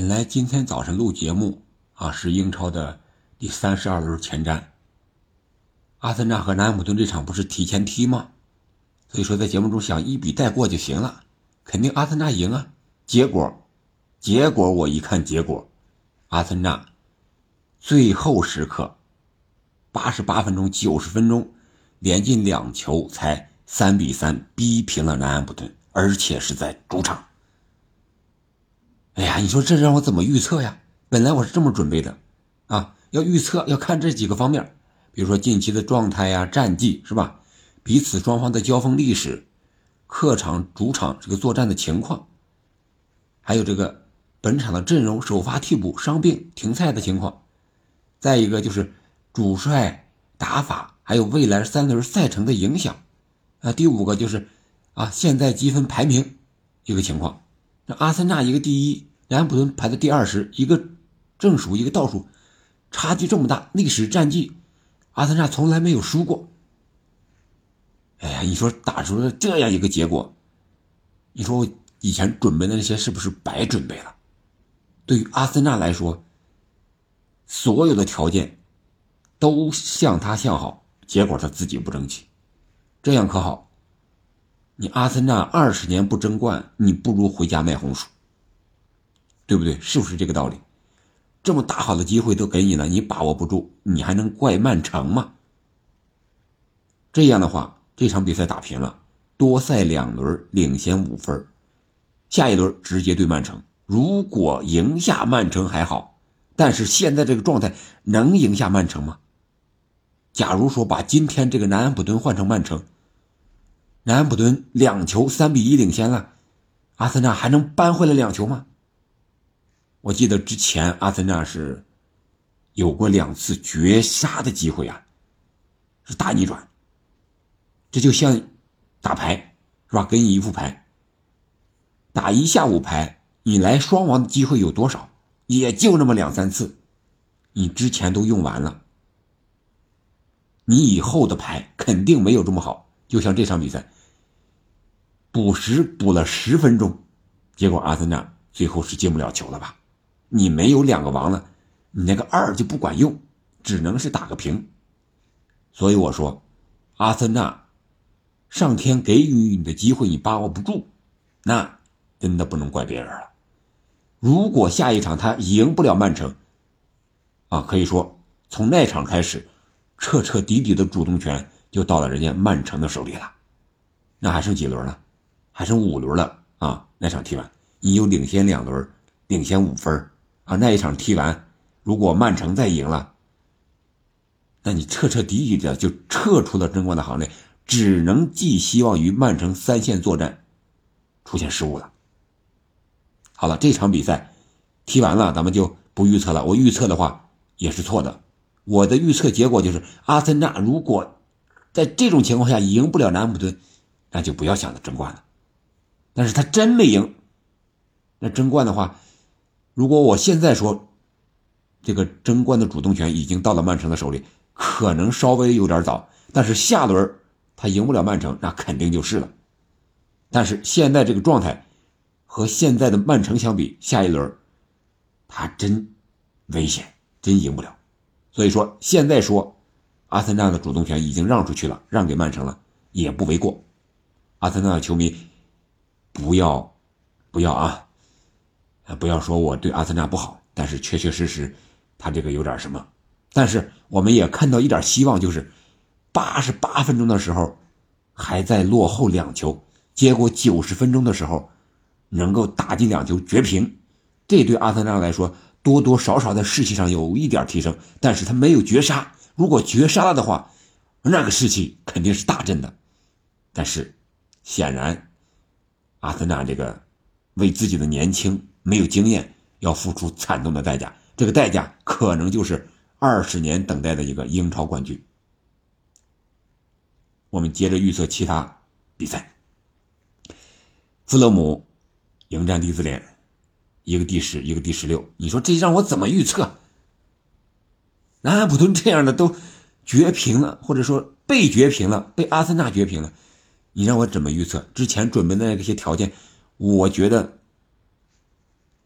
本来今天早晨录节目是英超的第32轮前瞻，阿森纳和南安普顿这场不是提前踢吗？所以说在节目中想一笔带过就行了，肯定阿森纳赢啊。结果我一看结果，阿森纳最后时刻88分钟90分钟连进2球才3-3逼平了南安普顿，而且是在主场。哎呀，你说这让我怎么预测呀？本来我是这么准备的要预测要看这几个方面，比如说近期的状态呀、战绩是吧？彼此双方的交锋历史、客场、主场这个作战的情况，还有这个本场的阵容、首发替补、伤病、停赛的情况。再一个就是主帅打法，还有未来3轮赛程的影响。第5个就是现在积分排名一个情况。那阿森纳一个第一，南安普顿排在第20，一个正数一个倒数，差距这么大，历史战绩阿森纳从来没有输过。哎呀，你说打出了这样一个结果，你说我以前准备的那些是不是白准备了？对于阿森纳来说，所有的条件都向他向好，结果他自己不争气，这样可好？你阿森纳20年不争冠，你不如回家卖红薯，对不对？是不是这个道理？这么大好的机会都给你了，你把握不住，你还能怪曼城吗？这样的话，这场比赛打平了，多赛2轮领先5分，下一轮直接对曼城。如果赢下曼城还好，但是现在这个状态能赢下曼城吗？假如说把今天这个南安普顿换成曼城，南安普顿2球3-1领先了，阿森纳还能扳回来2球吗？我记得之前阿森纳是有过2次绝杀的机会是大逆转。这就像打牌是吧？给你一副牌，打一下午牌，你来双王的机会有多少？也就那么2-3次，你之前都用完了，你以后的牌肯定没有这么好。就像这场比赛补时补了10分钟，结果阿森纳最后是进不了球了吧？你没有2个王了，你那个2就不管用，只能是打个平。所以我说阿森纳上天给予你的机会你把握不住，那真的不能怪别人了。如果下一场他赢不了曼城可以说从那场开始彻彻底底的主动权就到了人家曼城的手里了。那还剩几轮了？还剩5轮了那场踢完你又领先2轮，领先5分那一场踢完，如果曼城再赢了，那你彻彻底底的就撤出了争冠的行列，只能寄希望于曼城3线作战出现失误了。好了，这场比赛踢完了，咱们就不预测了。我预测的话也是错的，我的预测结果就是阿森纳如果在这种情况下赢不了南安普顿，那就不要想着争冠了。但是他真没赢，那争冠的话，如果我现在说这个争冠的主动权已经到了曼城的手里，可能稍微有点早，但是下轮他赢不了曼城，那肯定就是了。但是现在这个状态和现在的曼城相比，下一轮他真危险，真赢不了。所以说现在说阿森纳的主动权已经让出去了，让给曼城了，也不为过。阿森纳的球迷不要说我对阿森纳不好，但是确确实实他这个有点什么。但是我们也看到一点希望，就是88分钟的时候还在落后2球，结果90分钟的时候能够打进2球绝平，这对阿森纳来说多多少少在士气上有一点提升，但是他没有绝杀。如果绝杀了的话，那个士气肯定是大振的。但是显然阿森纳这个为自己的年轻没有经验要付出惨痛的代价，这个代价可能就是20年等待的一个英超冠军。我们接着预测其他比赛。富勒姆迎战利兹联，一个第10，一个第16，你说这让我怎么预测？南安普顿这样的都绝平了，或者说被绝平了，被阿森纳绝平了，你让我怎么预测？之前准备的那些条件，我觉得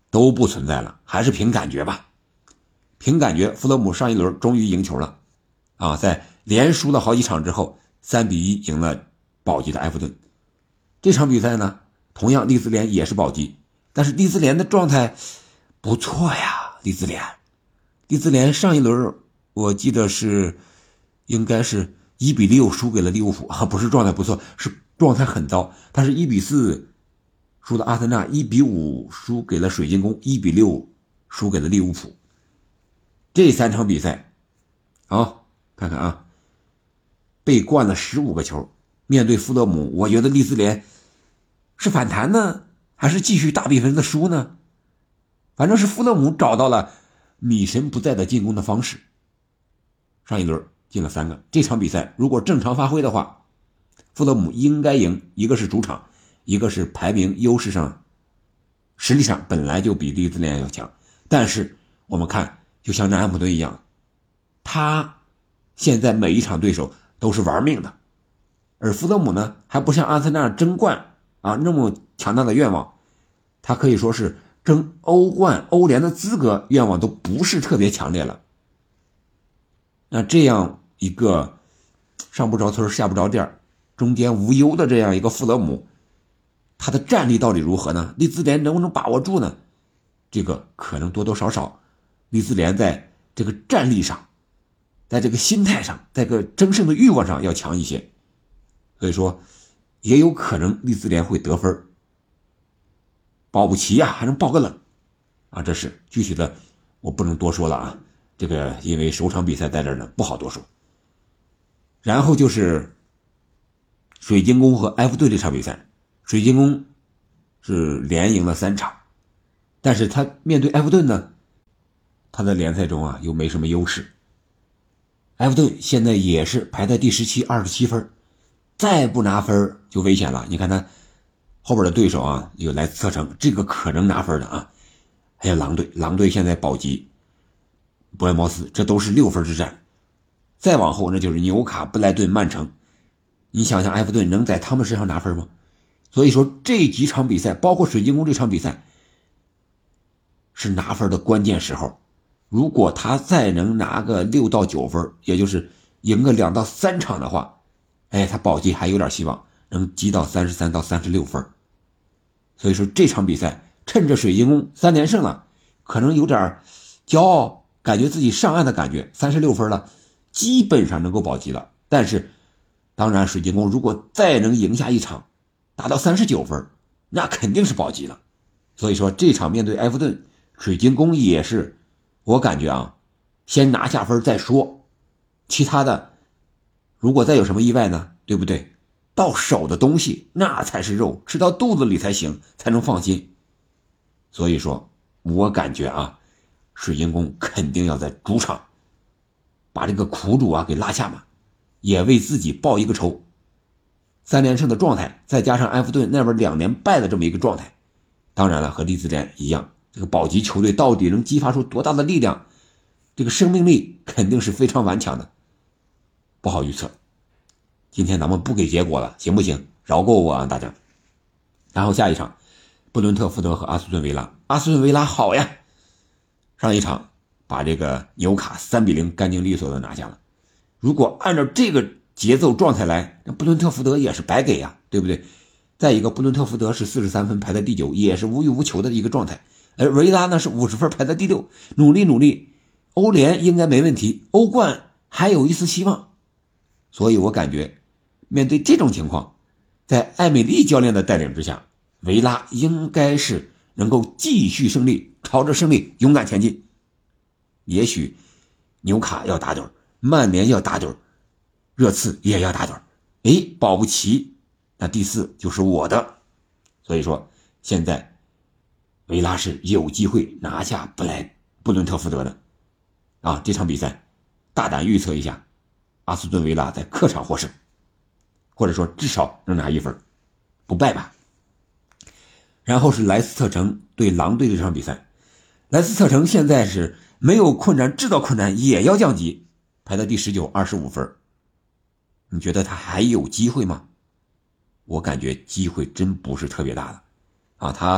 都不存在了，还是凭感觉吧。凭感觉，富勒姆上一轮终于赢球了啊！在连输了好几场之后，3-1赢了保级的埃弗顿。这场比赛呢，同样利兹联也是保级，但是利兹联的状态不错呀。利兹联上一轮我记得应该是1-6输给了利物浦啊，不是状态不错，是状态很糟。但是1-4输了阿森纳，1-5输给了水晶宫，1-6输给了利物浦。这3场比赛看看啊，被灌了15个球。面对富勒姆，我觉得利兹联是反弹呢，还是继续大比分的输呢？反正是富勒姆找到了米神不在的进攻的方式。上一轮进了3个，这场比赛如果正常发挥的话，富勒姆应该赢，一个是主场，一个是排名优势上实力上本来就比利兹联要强。但是我们看就像南安普顿一样，他现在每一场对手都是玩命的，而富勒姆呢还不像阿森纳争冠那么强大的愿望，他可以说是争欧冠欧联的资格愿望都不是特别强烈了。那这样一个上不着村下不着店中间无忧的这样一个富勒姆，他的战力到底如何呢？利兹联能不能把握住呢？这个可能多多少少利兹联在这个战力上，在这个心态上，在这个争胜的欲望上要强一些，所以说也有可能利兹联会得分，保不齐还能爆个冷这是具体的我不能多说了这个因为首场比赛在这儿呢，不好多说。然后就是水晶宫和埃弗顿这场比赛，水晶宫是连赢了3场，但是他面对埃弗顿呢，他在联赛中又没什么优势。埃弗顿现在也是排在第17 27分，再不拿分就危险了。你看他后边的对手有莱斯特城，这个可能拿分的还有狼队现在保级，伯恩茅斯，这都是6分之战。再往后那就是纽卡、布莱顿、曼城。你想想埃弗顿能在他们身上拿分吗？所以说这几场比赛，包括水晶宫这场比赛，是拿分的关键时候。如果他再能拿个6到9分，也就是赢个2到3场的话，他保级还有点希望，能积到33到36分。所以说这场比赛趁着水晶宫3连胜了，可能有点骄傲，感觉自己上岸的感觉，36分了，基本上能够保级了。但是当然水晶宫如果再能赢下一场，达到39分，那肯定是保级了。所以说这场面对埃弗顿，水晶宫也是我感觉先拿下分再说，其他的如果再有什么意外呢，对不对？到手的东西那才是肉，吃到肚子里才行，才能放心。所以说我感觉水晶宫肯定要在主场把这个苦主给拉下马，也为自己报一个仇。3连胜的状态，再加上埃弗顿那边2连败的这么一个状态，当然了，和利兹联一样，这个保级球队到底能激发出多大的力量，这个生命力肯定是非常顽强的，不好预测。今天咱们不给结果了，行不行？饶过我大家。然后下一场布伦特福德和阿斯顿维拉。阿斯顿维拉好呀，上一场把这个纽卡3-0干净利索的拿下了。如果按照这个节奏状态来，那布伦特福德也是白给对不对？再一个布伦特福德是43分排在第9，也是无欲无求的一个状态，而维拉呢是50分排在第6，努力，欧联应该没问题，欧冠还有一丝希望。所以我感觉面对这种情况，在艾美丽教练的带领之下，维拉应该是能够继续胜利，朝着胜利勇敢前进。也许纽卡要打盹，曼联要打盹，热刺也要打盹，保不齐那第4就是我的。所以说现在维拉是有机会拿下布伦特福德的这场比赛大胆预测一下，阿斯顿维拉在客场获胜，或者说至少能拿1分，不败吧。然后是莱斯特城对狼队这场比赛，莱斯特城现在是没有困难制造困难也要降级，排在第19 25分。你觉得他还有机会吗？我感觉机会真不是特别大的他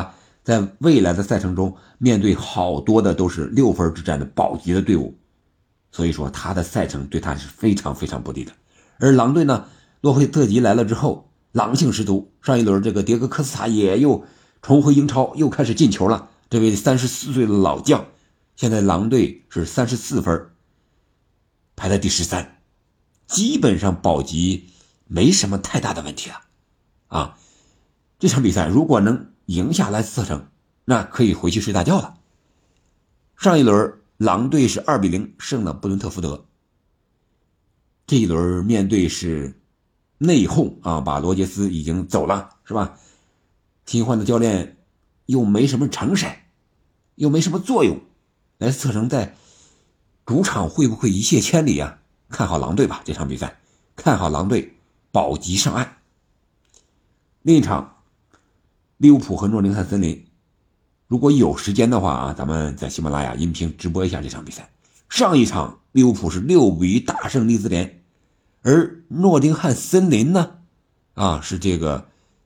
在未来的赛程中面对好多的都是6分之战的保级的队伍，所以说他的赛程对他是非常非常不利的。而狼队呢，洛佩特吉来了之后狼性十足，上一轮这个迭戈科斯塔也又重回英超，又开始进球了。这位34岁的老将，现在狼队是34分，排在第13，基本上保级没什么太大的问题了啊。这场比赛如果能赢下莱斯特城，那可以回去睡大觉了。上一轮狼队是2-0胜了布伦特福德，这一轮面对是内讧啊，把罗杰斯已经走了，是吧？新换的教练又没什么成色，又没什么作用，莱斯特城在主场会不会一泻千里啊？看好狼队吧，这场比赛看好狼队保级上岸。另一场利物浦和诺丁汉森林，如果有时间的话啊，咱们在喜马拉雅音频直播一下这场比赛。上一场利物浦是6-1大胜利兹联，而诺丁汉森林呢是这个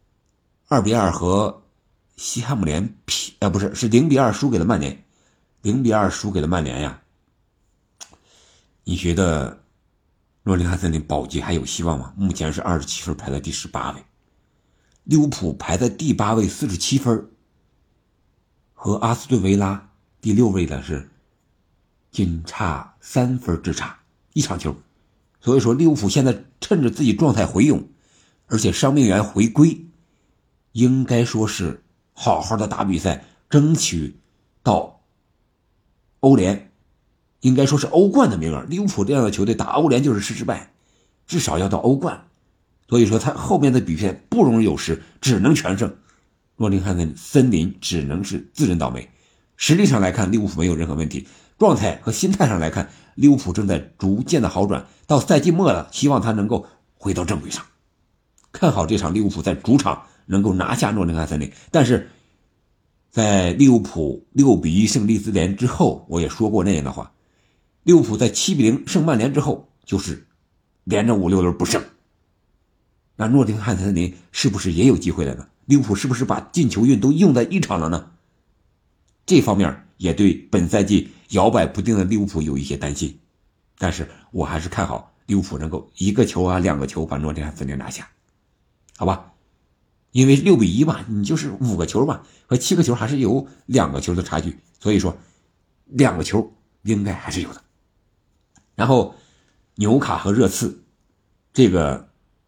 2-2和西汉姆联不是0-2输给了曼联，0-2输给了曼联呀。你觉得诺丁汉森林保级还有希望吗？目前是27分，排在第18位。利物浦排在第8位47分，和阿斯顿维拉第6位的是仅差3分之差，1场球。所以说利物浦现在趁着自己状态回勇，而且伤病员回归，应该说是好好的打比赛，争取到欧联，应该说是欧冠的名额。利物浦这样的球队打欧联就是失败，至少要到欧冠。所以说他后面的比赛不容有失，只能全胜。诺丁汉森林只能是自认倒霉。实力上来看利物浦没有任何问题，状态和心态上来看利物浦正在逐渐的好转，到赛季末了，希望他能够回到正轨上。看好这场利物浦在主场能够拿下诺丁汉森林。但是在利物浦6-1胜利兹联之后，我也说过那样的话，利物浦在7-0胜曼联之后就是连着5-6轮不胜，那诺丁汉森林是不是也有机会了呢？利物浦是不是把进球运都用在1场了呢？这方面也对本赛季摇摆不定的利物浦有一些担心，但是我还是看好利物浦能够1个球2个球把诺丁汉森林拿下，好吧？因为6-1吧，你就是5个球吧，和7个球还是有2个球的差距，所以说2个球应该还是有的。然后纽卡和热刺，这个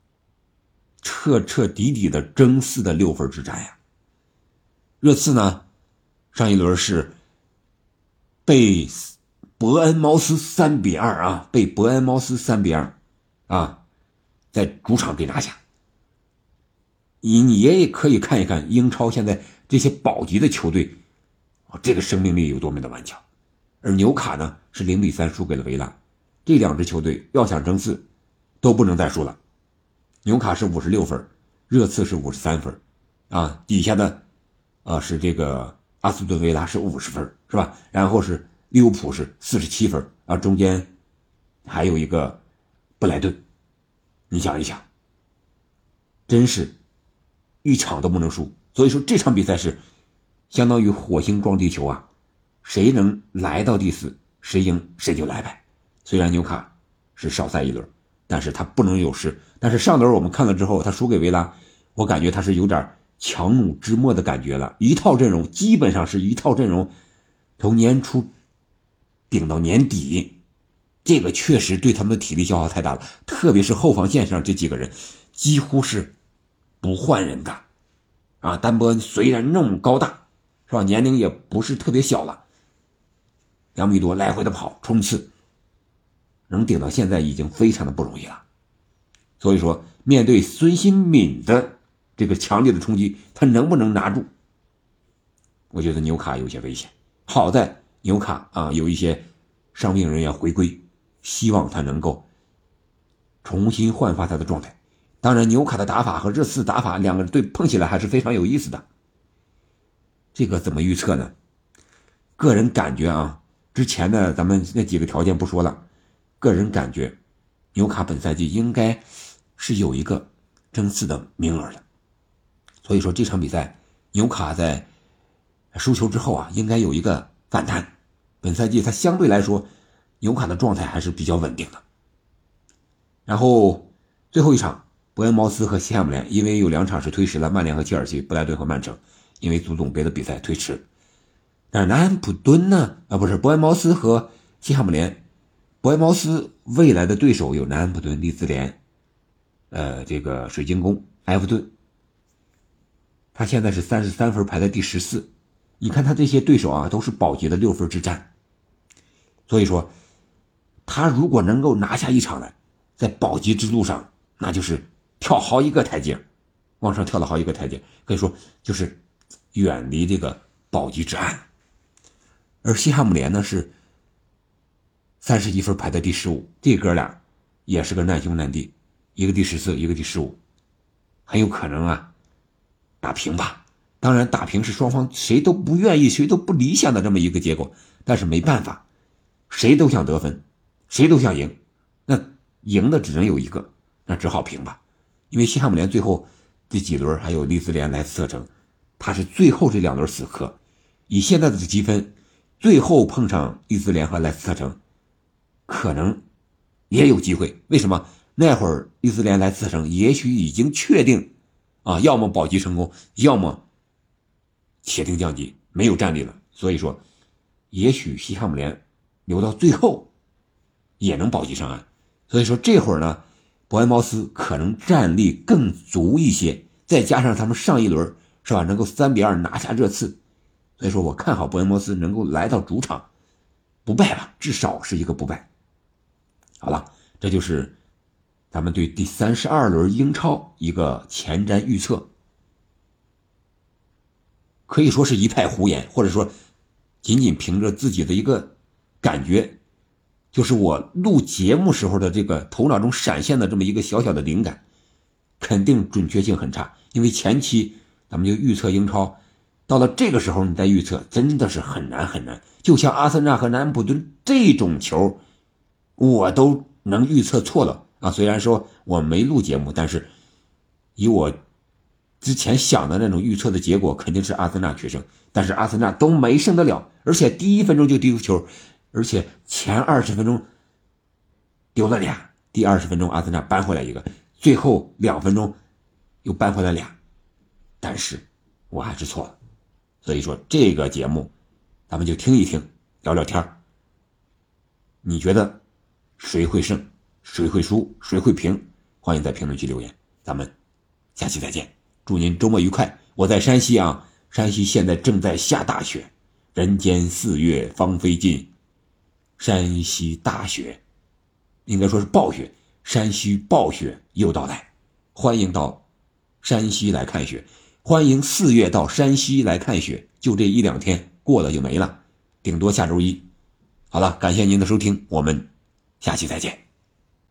彻底的争4的6分之战呀。热刺呢，上一轮是被伯恩茅斯3-2啊，被伯恩茅斯3-2啊，在主场给拿下。你也可以看一看英超现在这些保级的球队，这个生命力有多么的顽强。而纽卡呢是0-3输给了维拉，这2支球队要想争4都不能再输了。纽卡是56分，热刺是53分啊，底下的是这个阿斯顿维拉是50分，是吧？然后是利物浦是47分啊，中间还有一个布莱顿。你想一想，真是1场都不能输。所以说这场比赛是相当于火星撞地球啊，谁能来到第4，谁赢谁就来呗。虽然纽卡是少赛1轮，但是他不能有失。但是上轮我们看了之后，他输给维拉，我感觉他是有点强弩之末的感觉了。一套阵容基本上是一套阵容，从年初顶到年底，这个确实对他们的体力消耗太大了。特别是后防线上这几个人几乎是不换人的啊。丹伯恩虽然那么高大，是吧？年龄也不是特别小了，2米多来回的跑冲刺，能顶到现在已经非常的不容易了。所以说面对孙兴敏的这个强烈的冲击，他能不能拿住？我觉得纽卡有些危险。好在纽卡有一些伤病人员回归，希望他能够重新焕发他的状态。当然纽卡的打法和热刺打法2个队碰起来还是非常有意思的。这个怎么预测呢？个人感觉之前的咱们那几个条件不说了，个人感觉纽卡本赛季应该是有一个争4的名额的。所以说这场比赛纽卡在输球之后啊，应该有一个反弹。本赛季他相对来说纽卡的状态还是比较稳定的。然后最后一场伯恩茅斯和西汉姆联，因为有2场是推迟了，曼联和切尔西，布莱顿和曼城因为足总杯的比赛推迟。但是南安普敦呢，不是伯恩茅斯和西汉姆联，伯恩茅斯未来的对手有南安普敦、利兹联，这个水晶宫、埃弗顿。他现在是33分，排在第14。你看他这些对手啊，都是保级的6分之战。所以说，他如果能够拿下一场来，在保级之路上，那就是跳好一个台阶，往上跳了好一个台阶，可以说就是远离这个保级之岸。而西汉姆联呢是31分，排在第15，这哥俩也是个难兄难弟，一个第14，一个第15，很有可能啊打平吧。当然打平是双方谁都不愿意谁都不理想的这么一个结果，但是没办法，谁都想得分，谁都想赢，那赢的只能有一个，那只好平吧。因为西汉姆联最后这几轮还有利兹联、莱斯特城，他是最后这2轮死磕，以现在的积分，最后碰上利兹联和莱斯特城可能也有机会。为什么？那会儿利兹联、莱斯特城也许已经确定啊，要么保级成功，要么铁定降级，没有战力了。所以说也许西汉姆联留到最后也能保级上岸。所以说这会儿呢，伯恩茅斯可能战力更足一些，再加上他们上一轮是吧，能够3-2拿下热刺，所以说我看好伯恩茅斯能够来到主场不败吧，至少是一个不败。好了，这就是咱们对第32轮英超一个前瞻预测，可以说是一派胡言，或者说仅仅凭着自己的一个感觉，就是我录节目时候的这个头脑中闪现的这么一个小小的灵感，肯定准确性很差。因为前期咱们就预测英超，到了这个时候你再预测真的是很难很难。就像阿森纳和南安普敦这种球我都能预测错了啊！虽然说我没录节目，但是以我之前想的那种预测的结果，肯定是阿森纳取胜，但是阿森纳都没胜得了，而且第1分钟就丢球，而且前20分钟丢了俩，第20分钟阿森纳扳回来一个，最后2分钟又扳回来俩，但是我还是错了。所以说这个节目咱们就听一听，聊聊天。你觉得谁会胜，谁会输，谁会平？欢迎在评论区留言，咱们下期再见，祝您周末愉快。我在山西啊，山西现在正在下大雪，人间4月芳菲尽，山西大雪，应该说是暴雪，山西暴雪又到来，欢迎到山西来看雪，欢迎4月到山西来看雪，就这1-2天过了就没了，顶多下周1。好了，感谢您的收听，我们下期再见。